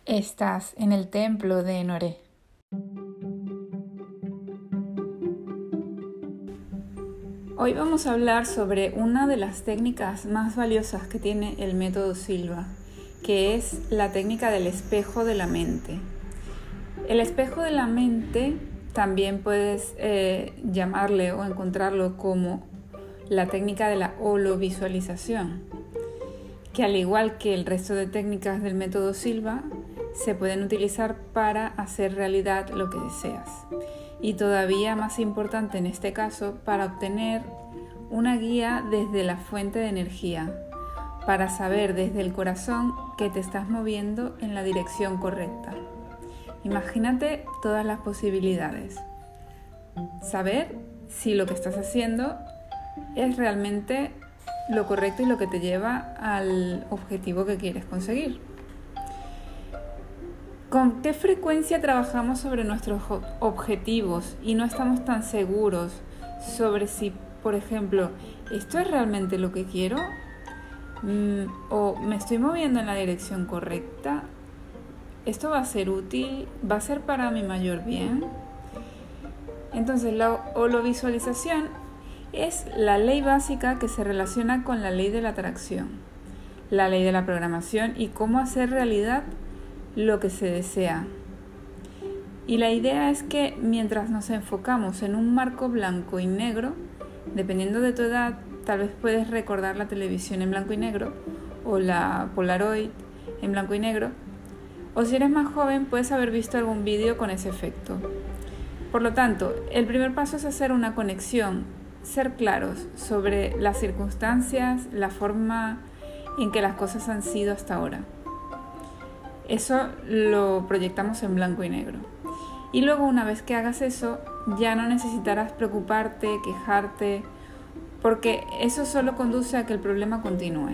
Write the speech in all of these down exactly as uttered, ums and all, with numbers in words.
Estás en el templo de Noré. Hoy vamos a hablar sobre una de las técnicas más valiosas que tiene el método Silva, que es la técnica del espejo de la mente. El espejo de la mente también puedes eh, llamarle o encontrarlo como la técnica de la holovisualización, que al igual que el resto de técnicas del método Silva, se pueden utilizar para hacer realidad lo que deseas. Y todavía más importante en este caso, para obtener una guía desde la fuente de energía, para saber desde el corazón que te estás moviendo en la dirección correcta. Imagínate todas las posibilidades. Saber si lo que estás haciendo es realmente lo correcto y lo que te lleva al objetivo que quieres conseguir. ¿Con qué frecuencia trabajamos sobre nuestros objetivos y no estamos tan seguros sobre si, por ejemplo, ¿esto es realmente lo que quiero? ¿O me estoy moviendo en la dirección correcta? ¿Esto va a ser útil? ¿Va a ser para mi mayor bien? Entonces, la holovisualización es la ley básica que se relaciona con la ley de la atracción, la ley de la programación y cómo hacer realidad lo que se desea. Y la idea es que mientras nos enfocamos en un marco blanco y negro, dependiendo de tu edad, tal vez puedes recordar la televisión en blanco y negro o la Polaroid en blanco y negro, o si eres más joven puedes haber visto algún vídeo con ese efecto. Por lo tanto, el primer paso es hacer una conexión, ser claros sobre las circunstancias, la forma en que las cosas han sido hasta ahora. Eso lo proyectamos en blanco y negro. Y luego, una vez que hagas eso, ya no necesitarás preocuparte, quejarte, porque eso solo conduce a que el problema continúe.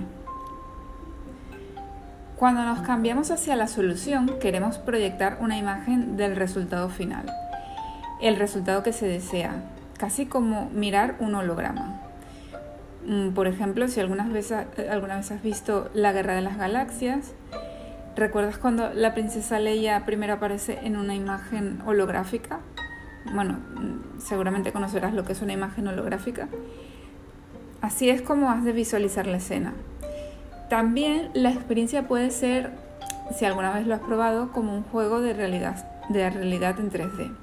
Cuando nos cambiamos hacia la solución, queremos proyectar una imagen del resultado final, el resultado que se desea, casi como mirar un holograma. Por ejemplo, si alguna vez, alguna vez has visto La Guerra de las Galaxias, ¿recuerdas cuando la princesa Leia primero aparece en una imagen holográfica? Bueno, seguramente conocerás lo que es una imagen holográfica. Así es como has de visualizar la escena. También la experiencia puede ser, si alguna vez lo has probado, como un juego de realidad, de realidad en tres D.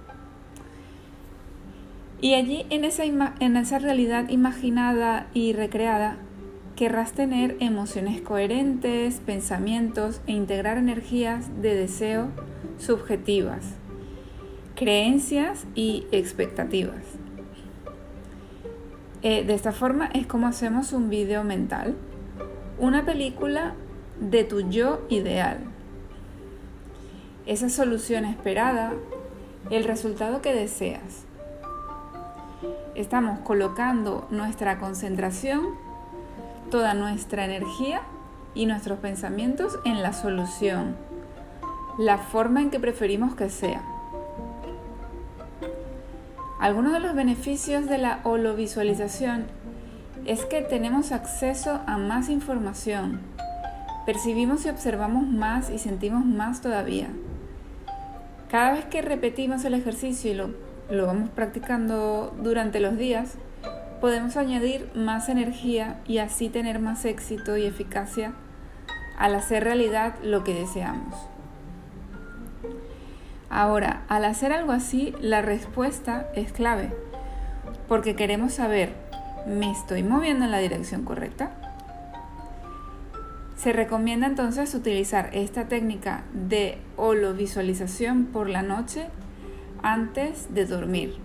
Y allí, en esa, ima- en esa realidad imaginada y recreada, querrás tener emociones coherentes, pensamientos e integrar energías de deseo subjetivas, creencias y expectativas. Eh, de esta forma es como hacemos un video mental, una película de tu yo ideal. Esa solución esperada, el resultado que deseas. Estamos colocando nuestra concentración, toda nuestra energía y nuestros pensamientos en la solución, la forma en que preferimos que sea. Algunos de los beneficios de la holovisualización es que tenemos acceso a más información, percibimos y observamos más y sentimos más todavía. Cada vez que repetimos el ejercicio y lo, lo vamos practicando durante los días, podemos añadir más energía y así tener más éxito y eficacia al hacer realidad lo que deseamos. Ahora, al hacer algo así, la respuesta es clave, porque queremos saber, ¿me estoy moviendo en la dirección correcta? Se recomienda entonces utilizar esta técnica de holovisualización por la noche antes de dormir.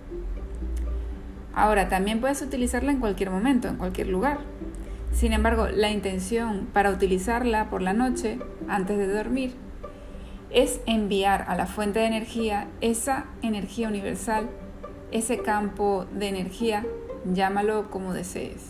Ahora, también puedes utilizarla en cualquier momento, en cualquier lugar. Sin embargo, la intención para utilizarla por la noche, antes de dormir, es enviar a la fuente de energía esa energía universal, ese campo de energía, llámalo como desees.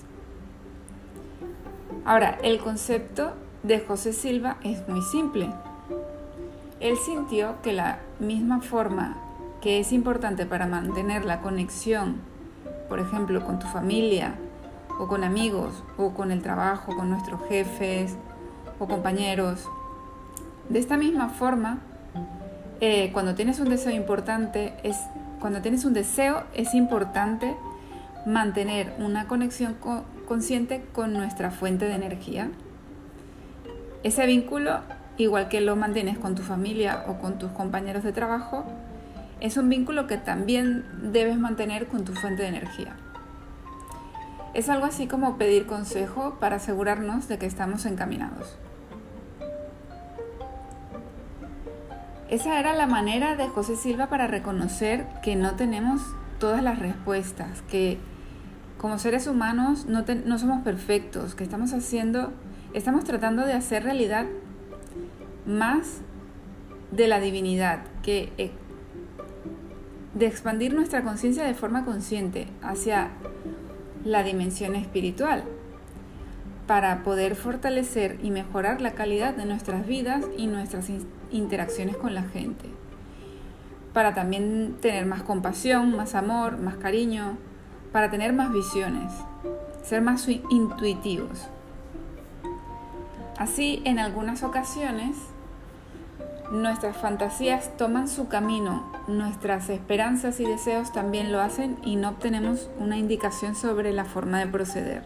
Ahora, el concepto de José Silva es muy simple. Él sintió que la misma forma que es importante para mantener la conexión, por ejemplo, con tu familia, o con amigos, o con el trabajo, con nuestros jefes, o compañeros, De esta misma forma, eh, cuando tienes un deseo importante, es, cuando tienes un deseo es importante mantener una conexión co- consciente con nuestra fuente de energía. Ese vínculo, igual que lo mantienes con tu familia o con tus compañeros de trabajo, es un vínculo que también debes mantener con tu fuente de energía. Es algo así como pedir consejo para asegurarnos de que estamos encaminados. Esa era la manera de José Silva para reconocer que no tenemos todas las respuestas, que como seres humanos no, te, no somos perfectos, que estamos haciendo, estamos tratando de hacer realidad más de la divinidad, que eh, de expandir nuestra conciencia de forma consciente hacia la dimensión espiritual, para poder fortalecer y mejorar la calidad de nuestras vidas y nuestras interacciones con la gente, para también tener más compasión, más amor, más cariño, para tener más visiones, ser más intuitivos. Así, en algunas ocasiones, nuestras fantasías toman su camino, nuestras esperanzas y deseos también lo hacen y no obtenemos una indicación sobre la forma de proceder.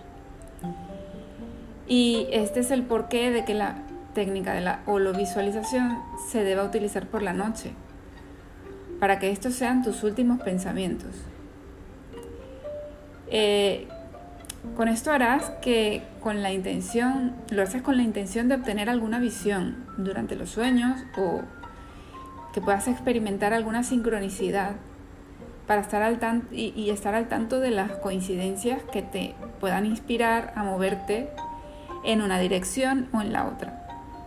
Y este es el porqué de que la técnica de la holovisualización se deba utilizar por la noche, para que estos sean tus últimos pensamientos. Eh, con esto harás que con la intención, lo haces con la intención de obtener alguna visión durante los sueños o que puedas experimentar alguna sincronicidad para estar al tanto y, y estar al tanto de las coincidencias que te puedan inspirar a moverte en una dirección o en la otra.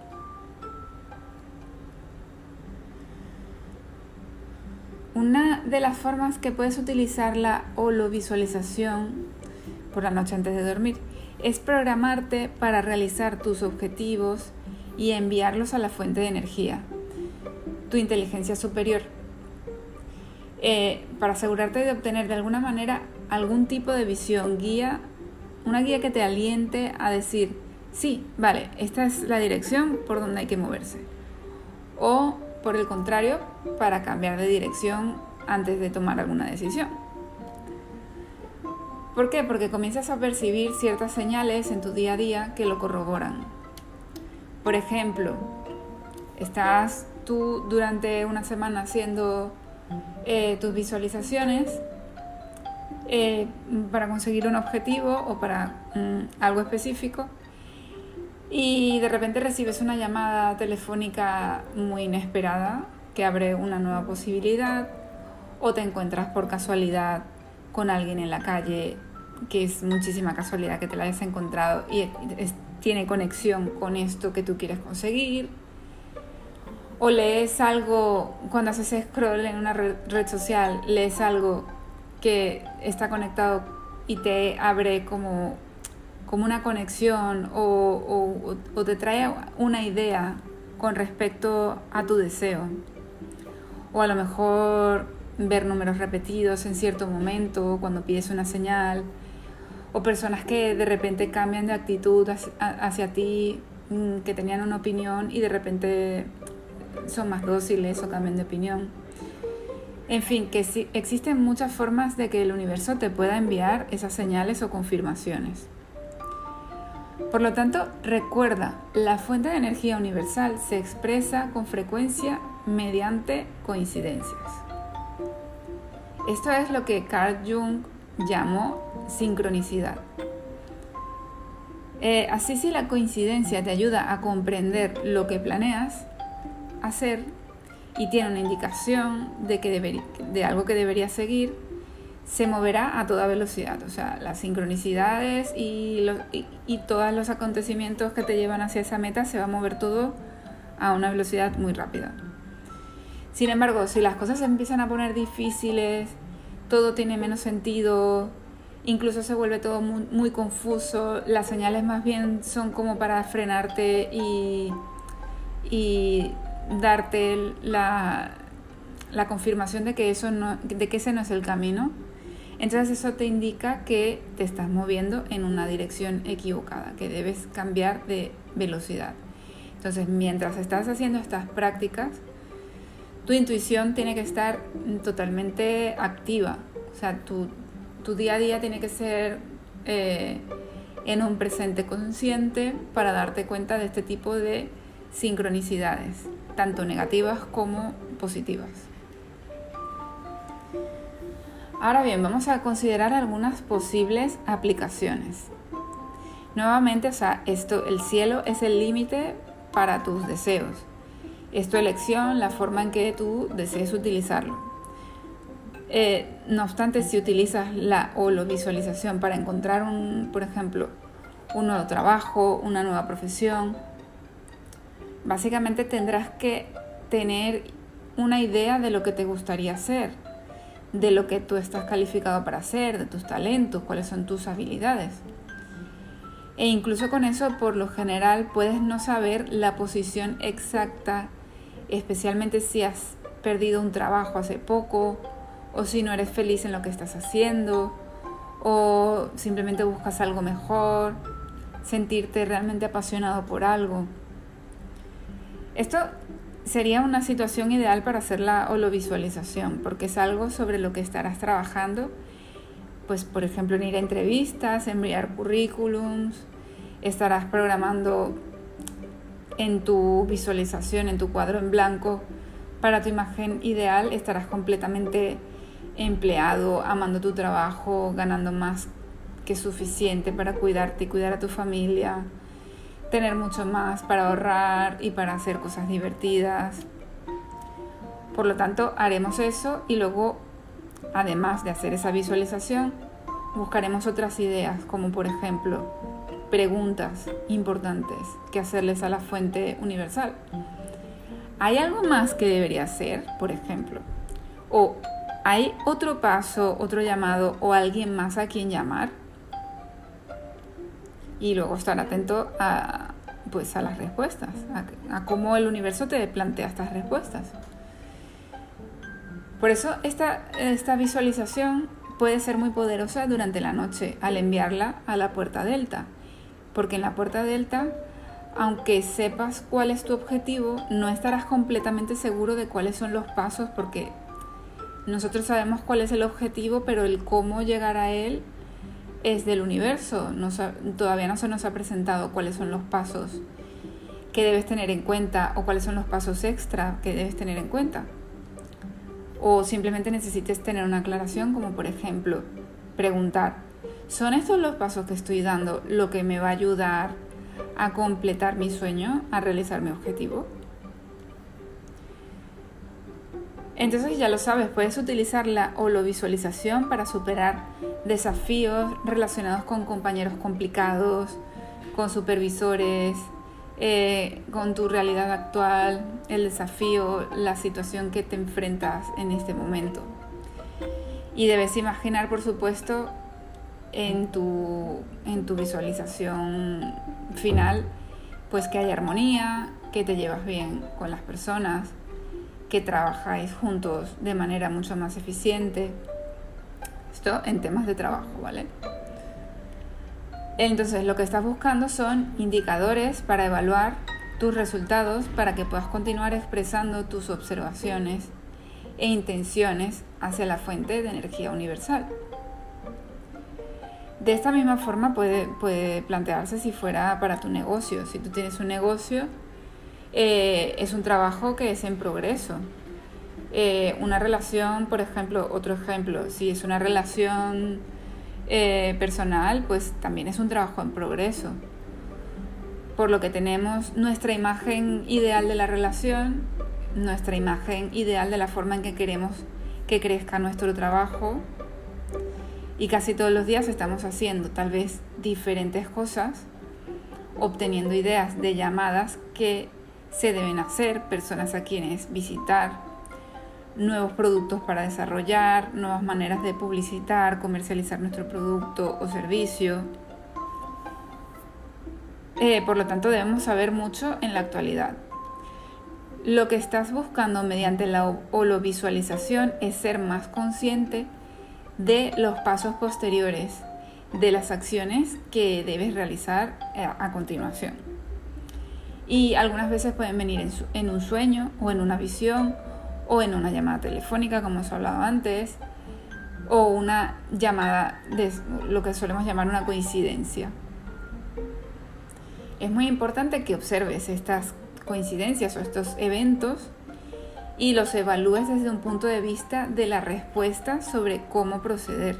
Una de las formas que puedes utilizar la holovisualización por la noche antes de dormir es programarte para realizar tus objetivos y enviarlos a la fuente de energía, tu inteligencia superior, eh, para asegurarte de obtener de alguna manera algún tipo de visión, guía, una guía que te aliente a decir, sí, vale, esta es la dirección por donde hay que moverse. O, por el contrario, para cambiar de dirección antes de tomar alguna decisión. ¿Por qué? Porque comienzas a percibir ciertas señales en tu día a día que lo corroboran. Por ejemplo, estás tú durante una semana haciendo eh, tus visualizaciones eh, para conseguir un objetivo o para mm, algo específico, y de repente recibes una llamada telefónica muy inesperada que abre una nueva posibilidad, o te encuentras por casualidad con alguien en la calle, que es muchísima casualidad que te la hayas encontrado y es, tiene conexión con esto que tú quieres conseguir. O lees algo, cuando haces scroll en una red, red social, lees algo que está conectado y te abre como, como una conexión o, o, o te trae una idea con respecto a tu deseo. O a lo mejor ver números repetidos en cierto momento cuando pides una señal, o personas que de repente cambian de actitud hacia, hacia ti, que tenían una opinión y de repente son más dóciles o cambian de opinión. En fin, que sí, existen muchas formas de que el universo te pueda enviar esas señales o confirmaciones. Por lo tanto, recuerda, la fuente de energía universal se expresa con frecuencia mediante coincidencias. Esto es lo que Carl Jung llamó sincronicidad. Eh, así, si la coincidencia te ayuda a comprender lo que planeas hacer y tiene una indicación de, que debería, de algo que deberías seguir, se moverá a toda velocidad. O sea, las sincronicidades y, los, y, y todos los acontecimientos que te llevan hacia esa meta, se va a mover todo a una velocidad muy rápida. Sin embargo, si las cosas se empiezan a poner difíciles, todo tiene menos sentido, incluso se vuelve todo muy, muy confuso, las señales más bien son como para frenarte y, y darte la, la confirmación de que, eso no, de que ese no es el camino. Entonces eso te indica que te estás moviendo en una dirección equivocada, que debes cambiar de velocidad. Entonces, mientras estás haciendo estas prácticas, tu intuición tiene que estar totalmente activa. O sea, tu, tu día a día tiene que ser eh, en un presente consciente para darte cuenta de este tipo de sincronicidades, tanto negativas como positivas. Ahora bien, vamos a considerar algunas posibles aplicaciones. Nuevamente, o sea, esto, el cielo es el límite para tus deseos. Es tu elección, la forma en que tú desees utilizarlo. Eh, no obstante, si utilizas la holovisualización para encontrar, un, por ejemplo, un nuevo trabajo, una nueva profesión, básicamente tendrás que tener una idea de lo que te gustaría hacer, de lo que tú estás calificado para hacer, de tus talentos, cuáles son tus habilidades. E incluso con eso, por lo general, puedes no saber la posición exacta, especialmente si has perdido un trabajo hace poco, o si no eres feliz en lo que estás haciendo, o simplemente buscas algo mejor, sentirte realmente apasionado por algo. Esto sería una situación ideal para hacer la holovisualización, porque es algo sobre lo que estarás trabajando, pues por ejemplo en ir a entrevistas, enviar currículums, estarás programando en tu visualización, en tu cuadro en blanco, para tu imagen ideal, estarás completamente empleado, amando tu trabajo, ganando más que suficiente para cuidarte y cuidar a tu familia, tener mucho más para ahorrar y para hacer cosas divertidas. Por lo tanto, haremos eso y luego, además de hacer esa visualización, buscaremos otras ideas, como por ejemplo, preguntas importantes que hacerles a la fuente universal. ¿Hay algo más que debería hacer, por ejemplo? ¿O hay otro paso, otro llamado o alguien más a quien llamar? Y luego estar atento a, pues, a las respuestas, a, a cómo el universo te plantea estas respuestas. Por eso esta, esta visualización puede ser muy poderosa durante la noche al enviarla a la puerta delta, porque en la puerta delta, aunque sepas cuál es tu objetivo, no estarás completamente seguro de cuáles son los pasos, porque nosotros sabemos cuál es el objetivo, pero el cómo llegar a él es del universo. No, todavía no se nos ha presentado cuáles son los pasos que debes tener en cuenta o cuáles son los pasos extra que debes tener en cuenta. O simplemente necesites tener una aclaración, como por ejemplo preguntar: ¿son estos los pasos que estoy dando lo que me va a ayudar a completar mi sueño, a realizar mi objetivo? Entonces ya lo sabes, puedes utilizar la holovisualización para superar desafíos relacionados con compañeros complicados, con supervisores, eh, con tu realidad actual, el desafío, la situación que te enfrentas en este momento. Y debes imaginar, por supuesto, en tu, en tu visualización final, pues que hay armonía, que te llevas bien con las personas, que trabajáis juntos de manera mucho más eficiente. Esto en temas de trabajo, ¿vale? Entonces, lo que estás buscando son indicadores para evaluar tus resultados, para que puedas continuar expresando tus observaciones e intenciones hacia la fuente de energía universal. De esta misma forma puede, puede plantearse si fuera para tu negocio. Si tú tienes un negocio, eh, es un trabajo que es en progreso. Eh, una relación, por ejemplo, otro ejemplo, si es una relación eh, personal, pues también es un trabajo en progreso. Por lo que tenemos nuestra imagen ideal de la relación, nuestra imagen ideal de la forma en que queremos que crezca nuestro trabajo, y casi todos los días estamos haciendo tal vez diferentes cosas, obteniendo ideas de llamadas que se deben hacer, personas a quienes visitar, nuevos productos para desarrollar, nuevas maneras de publicitar, comercializar nuestro producto o servicio. Eh, por lo tanto, debemos saber mucho en la actualidad. Lo que estás buscando mediante la holovisualización es ser más consciente de los pasos posteriores, de las acciones que debes realizar a continuación. Y algunas veces pueden venir en, su, en un sueño o en una visión o en una llamada telefónica, como os he hablado antes, o una llamada de lo que solemos llamar una coincidencia. Es muy importante que observes estas coincidencias o estos eventos y los evalúes desde un punto de vista de la respuesta sobre cómo proceder.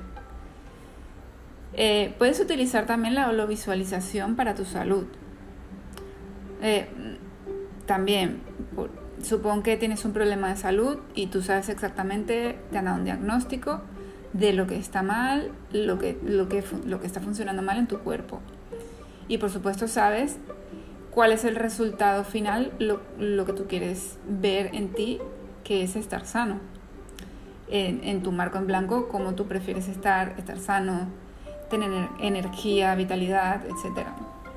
Eh, puedes utilizar también la holovisualización para tu salud. Eh, también, por, supón que tienes un problema de salud y tú sabes exactamente, te han dado un diagnóstico de lo que está mal, lo que, lo que, lo que está funcionando mal en tu cuerpo. Y por supuesto sabes cuál es el resultado final, lo, lo que tú quieres ver en ti, que es estar sano. En, en tu marco en blanco, cómo tú prefieres estar, estar sano, tener energía, vitalidad, etcétera.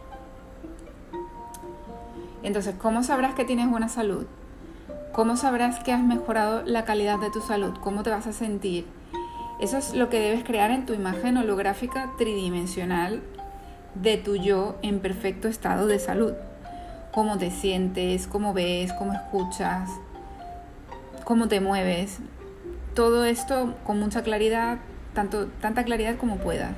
Entonces, ¿cómo sabrás que tienes buena salud? ¿Cómo sabrás que has mejorado la calidad de tu salud? ¿Cómo te vas a sentir? Eso es lo que debes crear en tu imagen holográfica tridimensional de tu yo en perfecto estado de salud. Cómo te sientes, cómo ves, cómo escuchas, cómo te mueves. Todo esto con mucha claridad, tanto, tanta claridad como puedas.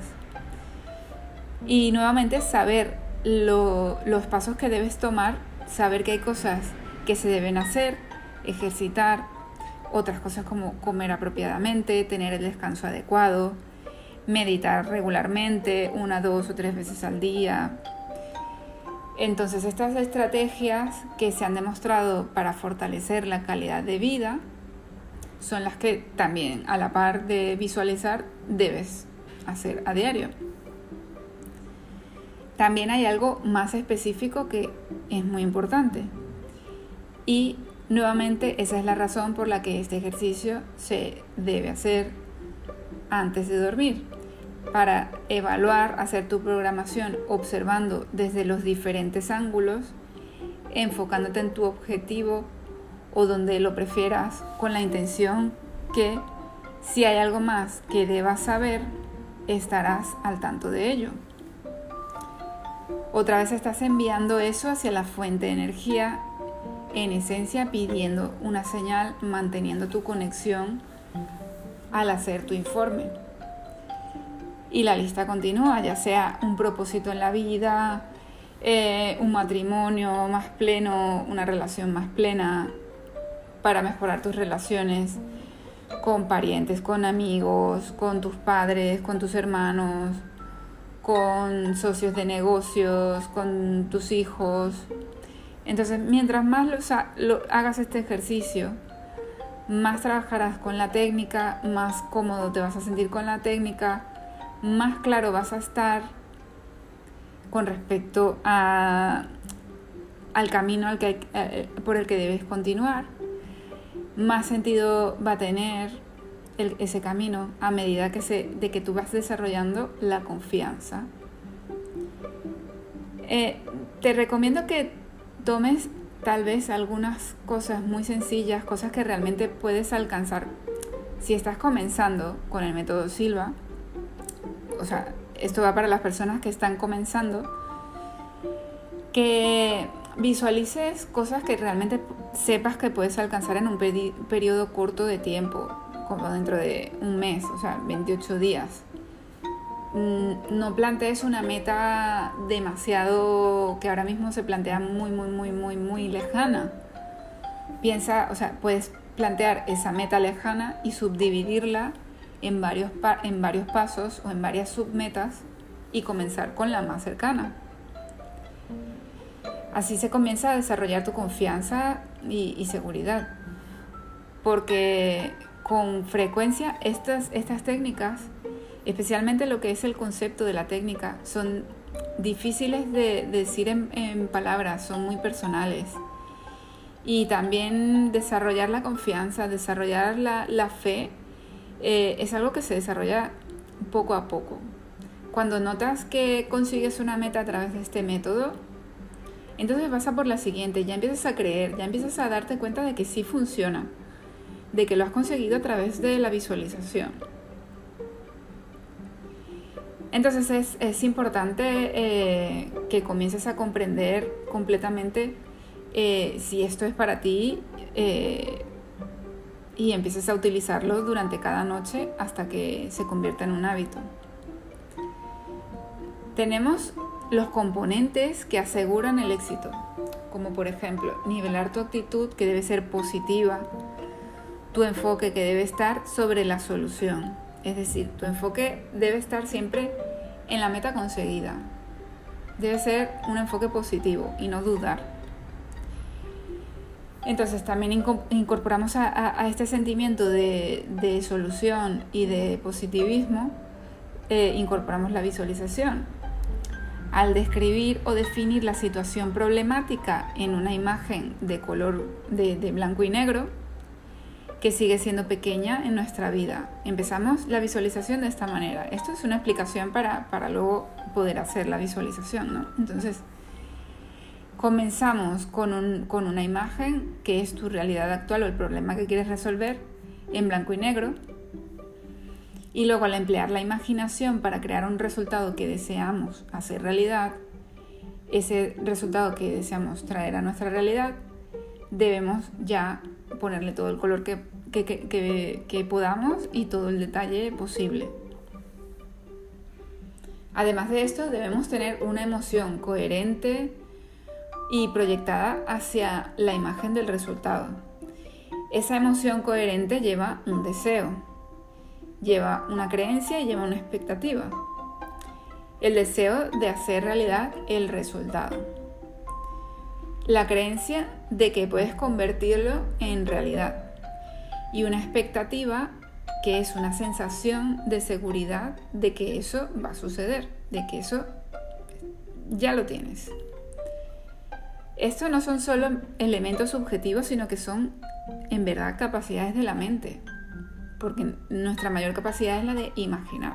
Y nuevamente saber lo, los pasos que debes tomar, saber que hay cosas que se deben hacer, ejercitar, otras cosas como comer apropiadamente, tener el descanso adecuado, meditar regularmente, una, dos o tres veces al día. Entonces, estas estrategias que se han demostrado para fortalecer la calidad de vida son las que también, a la par de visualizar, debes hacer a diario. También hay algo más específico que es muy importante. Y nuevamente, esa es la razón por la que este ejercicio se debe hacer antes de dormir, para evaluar, hacer tu programación observando desde los diferentes ángulos, enfocándote en tu objetivo o donde lo prefieras, con la intención que si hay algo más que debas saber, estarás al tanto de ello. Otra vez estás enviando eso hacia la fuente de energía, en esencia pidiendo una señal, manteniendo tu conexión al hacer tu informe. Y la lista continúa, ya sea un propósito en la vida, eh, un matrimonio más pleno, una relación más plena, para mejorar tus relaciones con parientes, con amigos, con tus padres, con tus hermanos, con socios de negocios, con tus hijos. Entonces, mientras más lo, lo hagas este ejercicio, más trabajarás con la técnica, más cómodo te vas a sentir con la técnica, más claro vas a estar con respecto a, al camino al que hay, eh, por el que debes continuar. Más sentido va a tener el, ese camino a medida que, se, de que tú vas desarrollando la confianza. Eh, te recomiendo que tomes tal vez algunas cosas muy sencillas, cosas que realmente puedes alcanzar si estás comenzando con el método Silva. O sea, esto va para las personas que están comenzando, que visualices cosas que realmente sepas que puedes alcanzar en un peri- periodo corto de tiempo, como dentro de un mes, o sea, veintiocho días. No plantees una meta demasiado, que ahora mismo se plantea muy, muy, muy, muy, muy lejana. Piensa, o sea, puedes plantear esa meta lejana y subdividirla en varios, pa- en varios pasos o en varias submetas y comenzar con la más cercana. Así se comienza a desarrollar tu confianza y, y seguridad, porque con frecuencia estas, estas técnicas, especialmente lo que es el concepto de la técnica, son difíciles de, de decir en, en palabras, son muy personales. Y también desarrollar la confianza, desarrollar la, la fe, eh, es algo que se desarrolla poco a poco. Cuando notas que consigues una meta a través de este método, entonces vas a por la siguiente, ya empiezas a creer, ya empiezas a darte cuenta de que sí funciona, de que lo has conseguido a través de la visualización. Entonces es, es importante eh, que comiences a comprender completamente eh, si esto es para ti eh, y empieces a utilizarlo durante cada noche hasta que se convierta en un hábito. Tenemos los componentes que aseguran el éxito, como por ejemplo, nivelar tu actitud, que debe ser positiva, tu enfoque, que debe estar sobre la solución, es decir, tu enfoque debe estar siempre en la meta conseguida, debe ser un enfoque positivo y no dudar. Entonces también incorporamos a, a, a este sentimiento de, de solución y de positivismo, eh, incorporamos la visualización. Al describir o definir la situación problemática en una imagen de color de, de blanco y negro, que sigue siendo pequeña en nuestra vida. Empezamos la visualización de esta manera. Esto es una explicación para, para luego poder hacer la visualización, ¿no? Entonces, comenzamos con, un, con una imagen que es tu realidad actual o el problema que quieres resolver en blanco y negro. Y luego, al emplear la imaginación para crear un resultado que deseamos hacer realidad, ese resultado que deseamos traer a nuestra realidad, debemos ya ponerle todo el color que, que, que, que, que podamos y todo el detalle posible. Además de esto, debemos tener una emoción coherente y proyectada hacia la imagen del resultado. Esa emoción coherente lleva un deseo, lleva una creencia y lleva una expectativa. El deseo de hacer realidad el resultado. La creencia de que puedes convertirlo en realidad. Y una expectativa que es una sensación de seguridad de que eso va a suceder, de que eso ya lo tienes. Estos no son solo elementos subjetivos, sino que son en verdad capacidades de la mente, porque nuestra mayor capacidad es la de imaginar.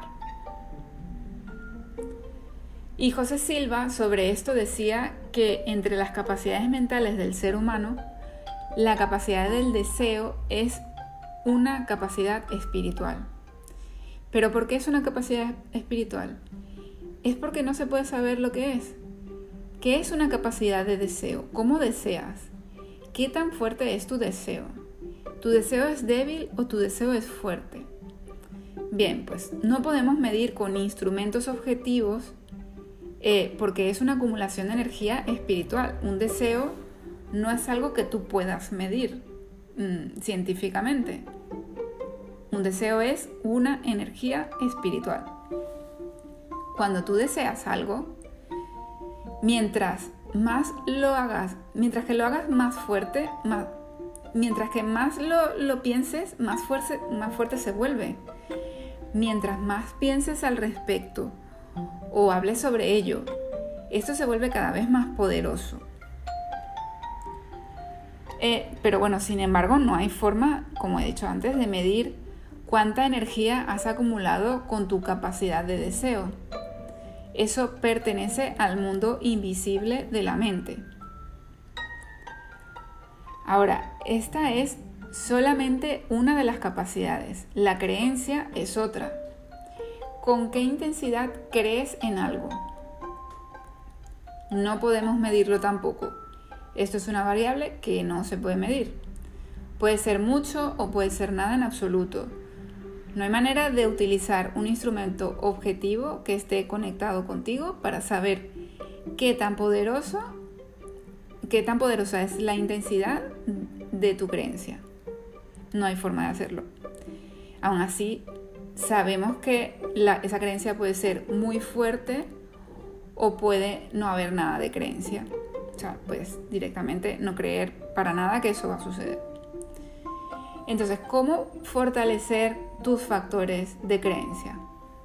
Y José Silva sobre esto decía que entre las capacidades mentales del ser humano, la capacidad del deseo es una capacidad espiritual. ¿Pero por qué es una capacidad espiritual? Es porque no se puede saber lo que es. ¿Qué es una capacidad de deseo? ¿Cómo deseas? ¿Qué tan fuerte es tu deseo? ¿Tu deseo es débil o tu deseo es fuerte? Bien, pues no podemos medir con instrumentos objetivos eh, porque es una acumulación de energía espiritual. Un deseo no es algo que tú puedas medir mmm, científicamente. Un deseo es una energía espiritual. Cuando tú deseas algo, mientras más lo hagas, mientras que lo hagas más fuerte, más, mientras que más lo, lo pienses, más fuerte, más fuerte se vuelve. Mientras más pienses al respecto o hables sobre ello, esto se vuelve cada vez más poderoso. Eh, pero bueno, sin embargo, no hay forma, como he dicho antes, de medir cuánta energía has acumulado con tu capacidad de deseo. Eso pertenece al mundo invisible de la mente. Ahora, esta es solamente una de las capacidades. La creencia es otra. ¿Con qué intensidad crees en algo? No podemos medirlo tampoco. Esto es una variable que no se puede medir. Puede ser mucho o puede ser nada en absoluto. No hay manera de utilizar un instrumento objetivo que esté conectado contigo para saber qué tan poderoso, qué tan poderosa es la intensidad de tu creencia. No hay forma de hacerlo. Aún así, sabemos que la, esa creencia puede ser muy fuerte o puede no haber nada de creencia. O sea, puedes directamente no creer para nada que eso va a suceder. Entonces, ¿cómo fortalecer tus factores de creencia?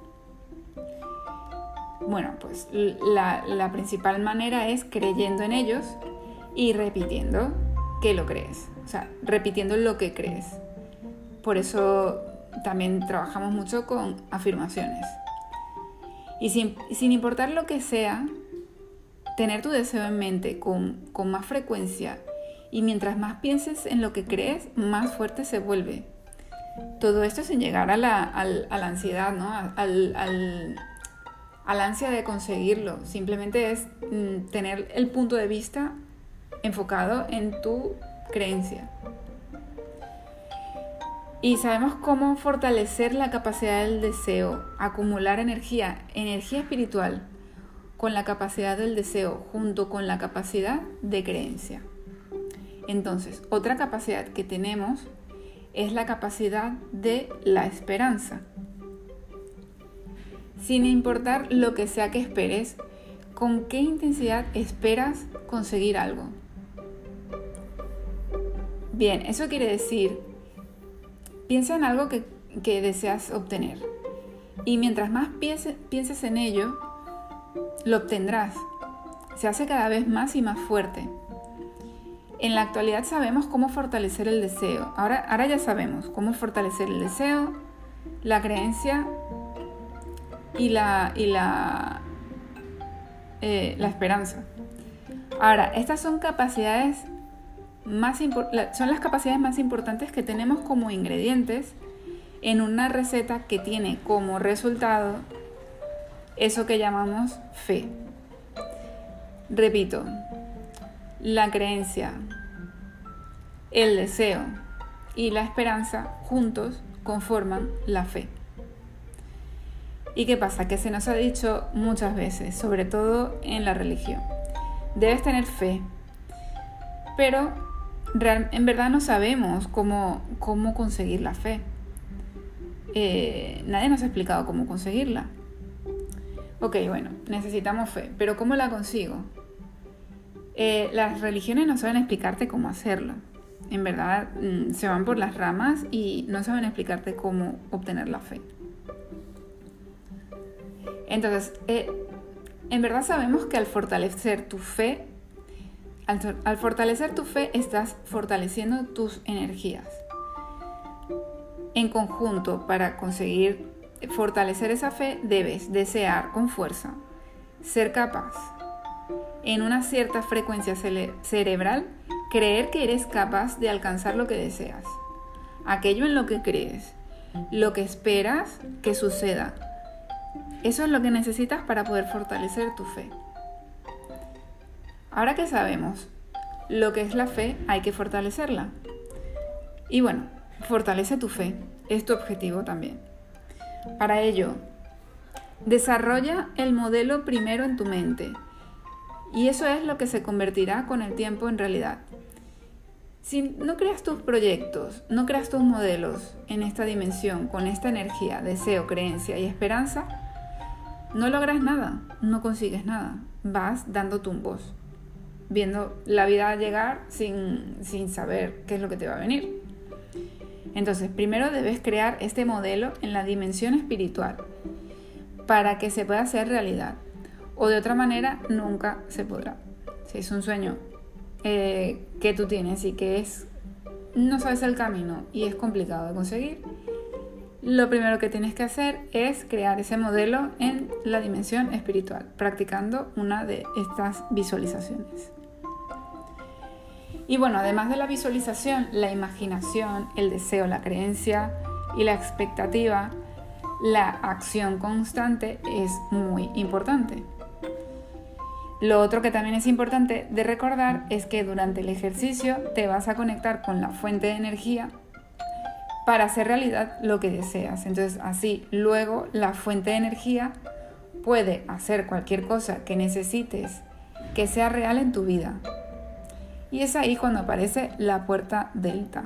Bueno, pues la, la principal manera es creyendo en ellos y repitiendo que lo crees. O sea, repitiendo lo que crees. Por eso también trabajamos mucho con afirmaciones. Y sin, sin importar lo que sea, tener tu deseo en mente con, con más frecuencia. Y mientras más pienses en lo que crees, más fuerte se vuelve. Todo esto sin llegar a la, a, a la ansiedad, ¿no? Al, al, al ansia de conseguirlo. Simplemente es mm, tener el punto de vista enfocado en tu creencia. Y sabemos cómo fortalecer la capacidad del deseo, acumular energía, energía espiritual, con la capacidad del deseo, junto con la capacidad de creencia. Entonces, otra capacidad que tenemos es la capacidad de la esperanza. Sin importar lo que sea que esperes, ¿con qué intensidad esperas conseguir algo? Bien, eso quiere decir, piensa en algo que, que deseas obtener. Y mientras más piense, pienses en ello, lo obtendrás. Se hace cada vez más y más fuerte. En la actualidad sabemos cómo fortalecer el deseo. Ahora, ahora ya sabemos cómo fortalecer el deseo, la creencia y la, y la, eh, la esperanza. Ahora, estas son capacidades más impor- son las capacidades más importantes que tenemos como ingredientes en una receta que tiene como resultado eso que llamamos fe. Repito, la creencia, el deseo y la esperanza juntos conforman la fe. ¿Y qué pasa? Que se nos ha dicho muchas veces, sobre todo en la religión, debes tener fe, pero real, en verdad no sabemos cómo, cómo conseguir la fe. Eh, nadie nos ha explicado cómo conseguirla. Ok, bueno, necesitamos fe, pero ¿cómo la consigo? Eh, las religiones no saben explicarte cómo hacerlo. En verdad, mmm, se van por las ramas y no saben explicarte cómo obtener la fe. Entonces, eh, en verdad sabemos que al fortalecer tu fe, al, al fortalecer tu fe, estás fortaleciendo tus energías. En conjunto, para conseguir fortalecer esa fe, debes desear con fuerza, ser capaz, en una cierta frecuencia cere- cerebral, creer que eres capaz de alcanzar lo que deseas, aquello en lo que crees, lo que esperas que suceda. Eso es lo que necesitas para poder fortalecer tu fe. Ahora que sabemos lo que es la fe, hay que fortalecerla. Y bueno, fortalece tu fe, es tu objetivo también. Para ello, desarrolla el modelo primero en tu mente. Y eso es lo que se convertirá con el tiempo en realidad. Si no creas tus proyectos, no creas tus modelos en esta dimensión, con esta energía, deseo, creencia y esperanza, no logras nada, no consigues nada. Vas dando tumbos, viendo la vida llegar sin, sin saber qué es lo que te va a venir. Entonces, primero debes crear este modelo en la dimensión espiritual para que se pueda hacer realidad. O de otra manera, nunca se podrá. Si es un sueño eh, que tú tienes y que es, no sabes el camino y es complicado de conseguir, lo primero que tienes que hacer es crear ese modelo en la dimensión espiritual, practicando una de estas visualizaciones. Y bueno, además de la visualización, la imaginación, el deseo, la creencia y la expectativa, la acción constante es muy importante. Lo otro que también es importante de recordar es que durante el ejercicio te vas a conectar con la fuente de energía para hacer realidad lo que deseas. Entonces, así luego la fuente de energía puede hacer cualquier cosa que necesites que sea real en tu vida. Y es ahí cuando aparece la puerta delta.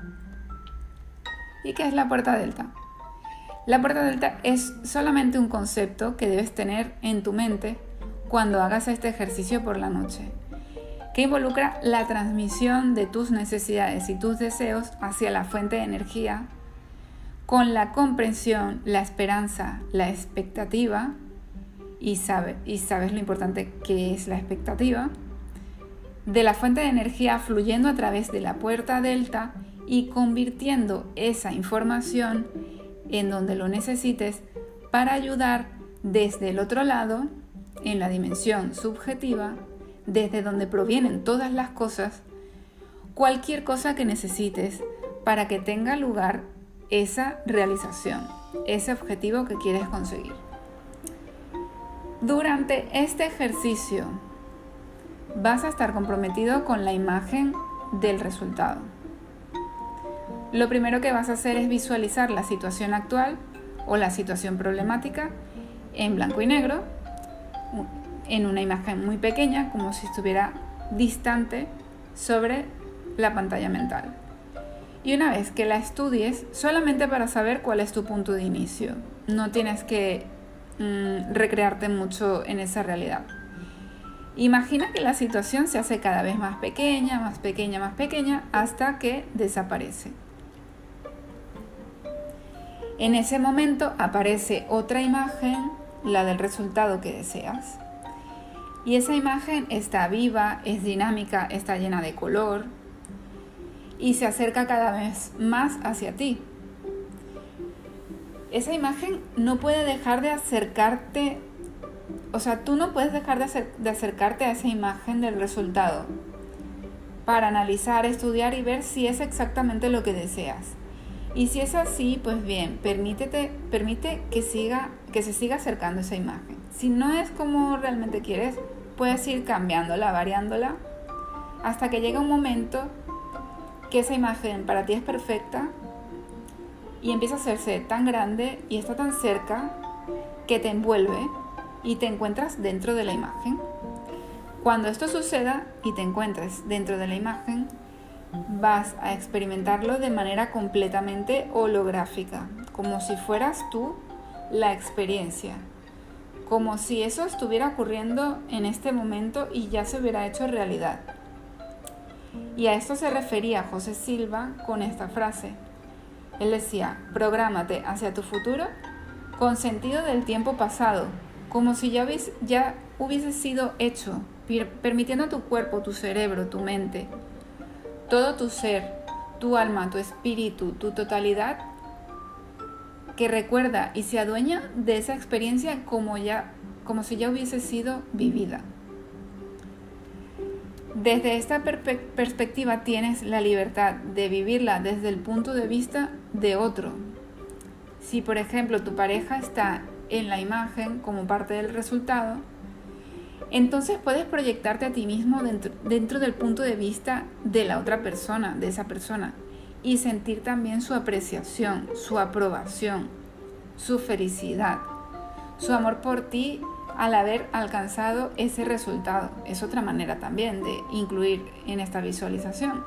¿Y qué es la puerta delta? La puerta delta es solamente un concepto que debes tener en tu mente cuando hagas este ejercicio por la noche, que involucra la transmisión de tus necesidades y tus deseos hacia la fuente de energía con la comprensión, la esperanza, la expectativa, y, sabe, y sabes lo importante que es la expectativa, de la fuente de energía fluyendo a través de la puerta delta y convirtiendo esa información en donde lo necesites para ayudar desde el otro lado, en la dimensión subjetiva, desde donde provienen todas las cosas, cualquier cosa que necesites para que tenga lugar esa realización, ese objetivo que quieres conseguir. Durante este ejercicio vas a estar comprometido con la imagen del resultado. Lo primero que vas a hacer es visualizar la situación actual o la situación problemática en blanco y negro, en una imagen muy pequeña, como si estuviera distante sobre la pantalla mental. Y una vez que la estudies, solamente para saber cuál es tu punto de inicio, no tienes que mmm, recrearte mucho en esa realidad. Imagina que la situación se hace cada vez más pequeña, más pequeña, más pequeña, hasta que desaparece. En ese momento aparece otra imagen, la del resultado que deseas. Y esa imagen está viva, es dinámica, está llena de color y se acerca cada vez más hacia ti. Esa imagen no puede dejar de acercarte, o sea, tú no puedes dejar de, acer- de acercarte a esa imagen del resultado para analizar, estudiar y ver si es exactamente lo que deseas. Y si es así, pues bien, permítete, permite que, siga, que se siga acercando esa imagen. Si no es como realmente quieres, puedes ir cambiándola, variándola, hasta que llega un momento que esa imagen para ti es perfecta y empieza a hacerse tan grande y está tan cerca que te envuelve y te encuentras dentro de la imagen. Cuando esto suceda y te encuentres dentro de la imagen, vas a experimentarlo de manera completamente holográfica, como si fueras tú la experiencia, como si eso estuviera ocurriendo en este momento y ya se hubiera hecho realidad. Y a esto se refería José Silva con esta frase. Él decía: prográmate hacia tu futuro con sentido del tiempo pasado, como si ya hubiese, ya hubiese sido hecho, permitiendo a tu cuerpo, tu cerebro, tu mente, todo tu ser, tu alma, tu espíritu, tu totalidad, que recuerda y se adueña de esa experiencia como, ya, como si ya hubiese sido vivida. Desde esta per- perspectiva tienes la libertad de vivirla desde el punto de vista de otro. Si, por ejemplo, tu pareja está en la imagen como parte del resultado, entonces puedes proyectarte a ti mismo dentro, dentro del punto de vista de la otra persona, de esa persona, y sentir también su apreciación, su aprobación, su felicidad, su amor por ti al haber alcanzado ese resultado. Es otra manera también de incluir en esta visualización.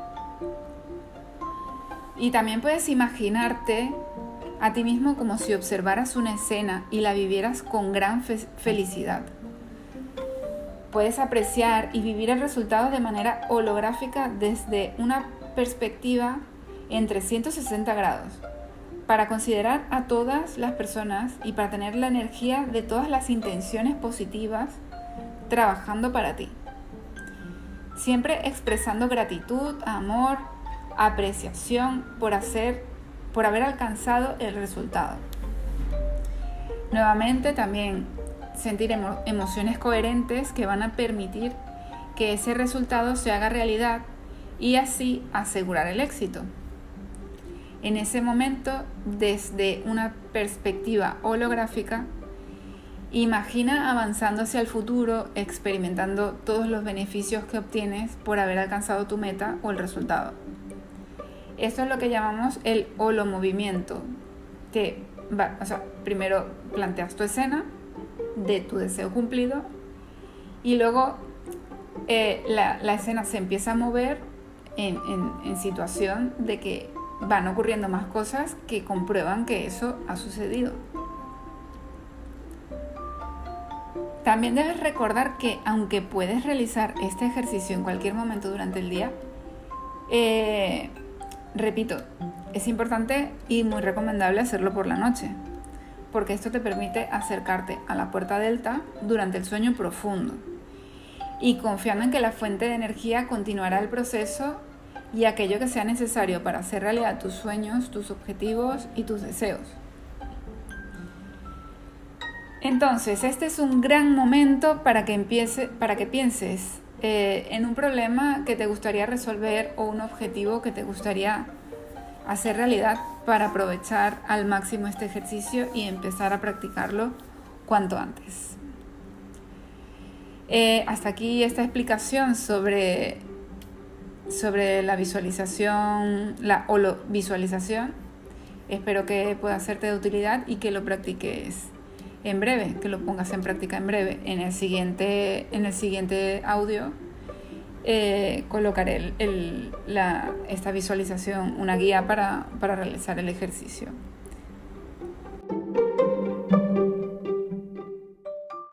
Y también puedes imaginarte a ti mismo como si observaras una escena y la vivieras con gran fe- felicidad. Puedes apreciar y vivir el resultado de manera holográfica desde una perspectiva en trescientos sesenta grados, para considerar a todas las personas y para tener la energía de todas las intenciones positivas trabajando para ti. Siempre expresando gratitud, amor, apreciación por hacer, por haber alcanzado el resultado. Nuevamente también sentir emo- emociones coherentes que van a permitir que ese resultado se haga realidad y así asegurar el éxito. En ese momento, desde una perspectiva holográfica, imagina avanzando hacia el futuro, experimentando todos los beneficios que obtienes por haber alcanzado tu meta o el resultado. Esto es lo que llamamos el holomovimiento. Que va, o sea, primero planteas tu escena de tu deseo cumplido y luego eh, la, la escena se empieza a mover en, en, en situación de que van ocurriendo más cosas que comprueban que eso ha sucedido. También debes recordar que aunque puedes realizar este ejercicio en cualquier momento durante el día, eh, repito, es importante y muy recomendable hacerlo por la noche, porque esto te permite acercarte a la puerta delta durante el sueño profundo y confiando en que la fuente de energía continuará el proceso y aquello que sea necesario para hacer realidad tus sueños, tus objetivos y tus deseos. Entonces, este es un gran momento para que, empiece, para que pienses eh, en un problema que te gustaría resolver o un objetivo que te gustaría hacer realidad para aprovechar al máximo este ejercicio y empezar a practicarlo cuanto antes. Eh, hasta aquí esta explicación sobre, sobre la visualización, la holovisualización. Espero que pueda serte de utilidad y que lo practiques en breve, que lo pongas en práctica en breve. En el siguiente, en el siguiente audio eh, colocaré el, el, la, esta visualización, una guía para, para realizar el ejercicio.